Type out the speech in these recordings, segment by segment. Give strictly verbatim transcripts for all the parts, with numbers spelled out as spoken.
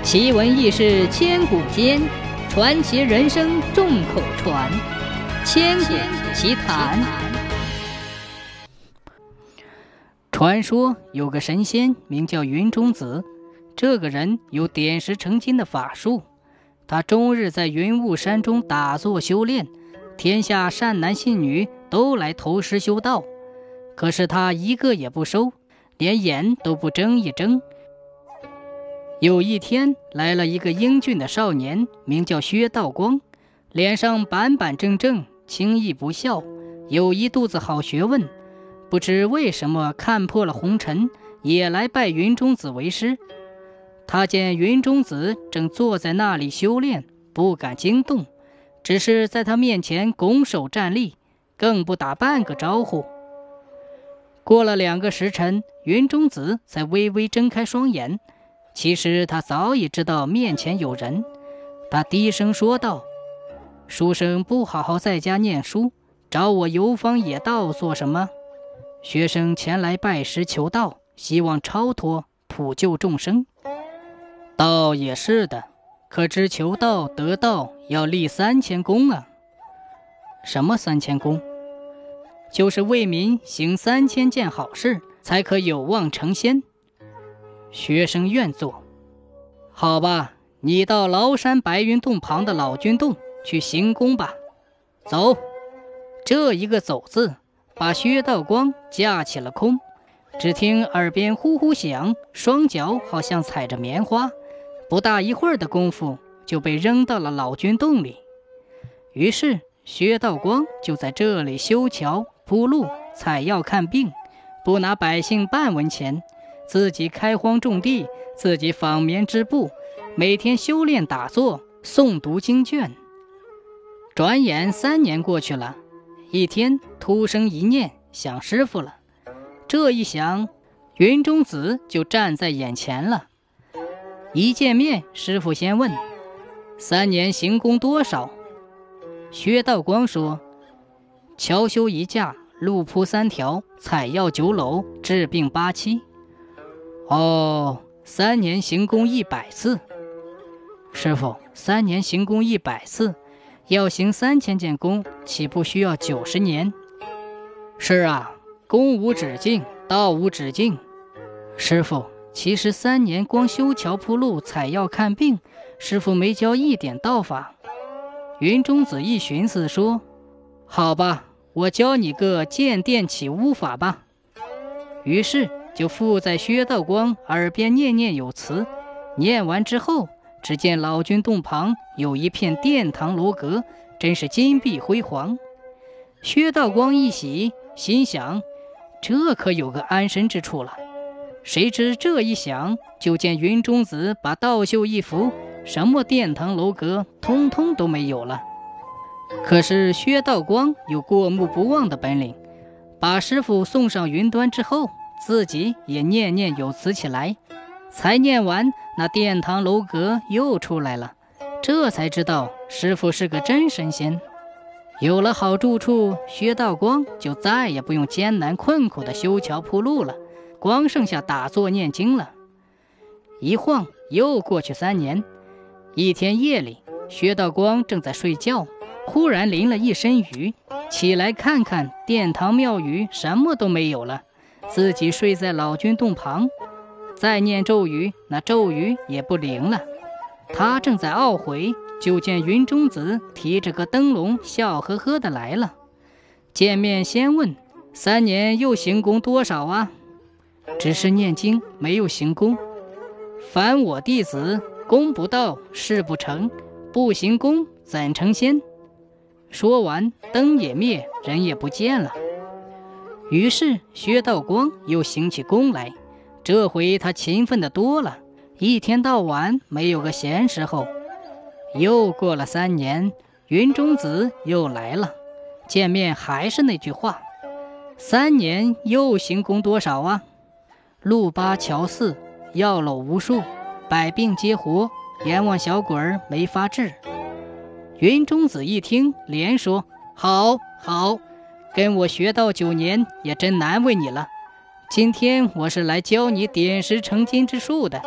奇闻异事千古间，传奇人生众口传。千古奇谈。传说有个神仙名叫云中子，这个人有点石成金的法术，他终日在云雾山中打坐修炼，天下善男信女都来投师修道，可是他一个也不收，连眼都不睁一睁。有一天来了一个英俊的少年，名叫薛道光，脸上板板正正，轻易不笑，有一肚子好学问，不知为什么看破了红尘，也来拜云中子为师。他见云中子正坐在那里修炼，不敢惊动，只是在他面前拱手站立，更不打半个招呼。过了两个时辰，云中子才微微睁开双眼，其实他早已知道面前有人。他低声说道：书生不好好在家念书，找我游方野道做什么？学生前来拜师求道，希望超脱普救众生。道也是的，可知求道得道要立三千功啊。什么三千功？就是为民行三千件好事，才可有望成仙。学生愿做。好吧，你到崂山白云洞旁的老君洞去行宫吧。走。这一个走字把薛道光架起了空，只听耳边呼呼响，双脚好像踩着棉花，不大一会儿的功夫就被扔到了老君洞里。于是薛道光就在这里修桥铺路，采药看病，不拿百姓半文钱，自己开荒种地，自己纺棉织布，每天修炼打坐，诵读经卷。转眼三年过去了，一天突生一念，想师傅了。这一想，云中子就站在眼前了。一见面，师傅先问：三年行功多少？薛道光说：桥修一架，路铺三条，采药九篓，治病八七。哦，三年行功一百次。师傅，三年行功一百次，要行三千件功，岂不需要九十年？是啊，功无止境，道无止境。师傅，其实三年光修桥铺路，采药看病，师傅没教一点道法。云中子一寻思说：好吧，我教你个见电起巫法吧。于是就附在薛道光耳边念念有词，念完之后，只见老君洞旁有一片殿堂楼阁，真是金碧辉煌。薛道光一喜，心想这可有个安身之处了。谁知这一想，就见云中子把道袖一拂，什么殿堂楼阁通通都没有了。可是薛道光有过目不忘的本领，把师傅送上云端之后，自己也念念有词起来，才念完，那殿堂楼阁又出来了。这才知道师傅是个真神仙。有了好住处，薛道光就再也不用艰难困苦的修桥铺路了，光剩下打坐念经了。一晃又过去三年，一天夜里，薛道光正在睡觉，忽然淋了一身雨，起来看看殿堂庙宇什么都没有了，自己睡在老君洞旁，再念咒语，那咒语也不灵了。他正在懊悔，就见云中子提着个灯笼，笑呵呵的来了。见面先问：三年又行功多少啊？只是念经，没有行功。凡我弟子，功不到，事不成，不行功，怎成仙？说完，灯也灭，人也不见了。于是薛道光又行起功来，这回他勤奋的多了，一天到晚没有个闲时候。又过了三年，云中子又来了，见面还是那句话：三年又行功多少啊？路八桥四，药篓无数，百病皆活，阎王小鬼儿没法治。云中子一听，连说：好好，跟我学道九年，也真难为你了。今天我是来教你点石成金之术的，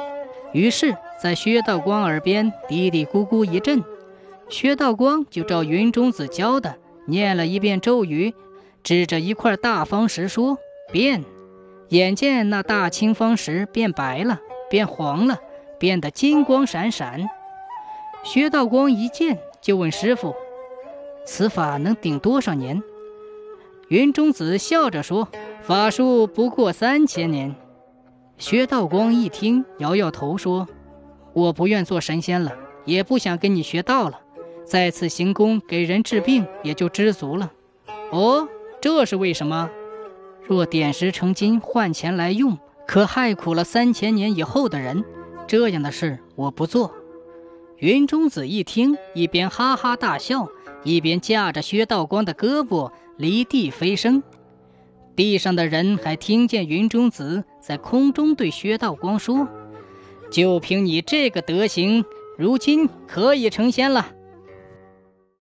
于是在薛道光耳边嘀嘀咕咕一阵，薛道光就照云中子教的念了一遍咒语，指着一块大方石说变。眼见那大青方石变白了，变黄了，变得金光闪闪。薛道光一见就问师傅，此法能顶多少年？云中子笑着说，法术不过三千年。薛道光一听摇摇头说，我不愿做神仙了，也不想跟你学道了，再次行功给人治病也就知足了。哦，这是为什么？若点石成金换钱来用，可害苦了三千年以后的人，这样的事我不做。云中子一听，一边哈哈大笑，一边架着薛道光的胳膊离地飞升。地上的人还听见云中子在空中对薛道光说，就凭你这个德行，如今可以成仙了。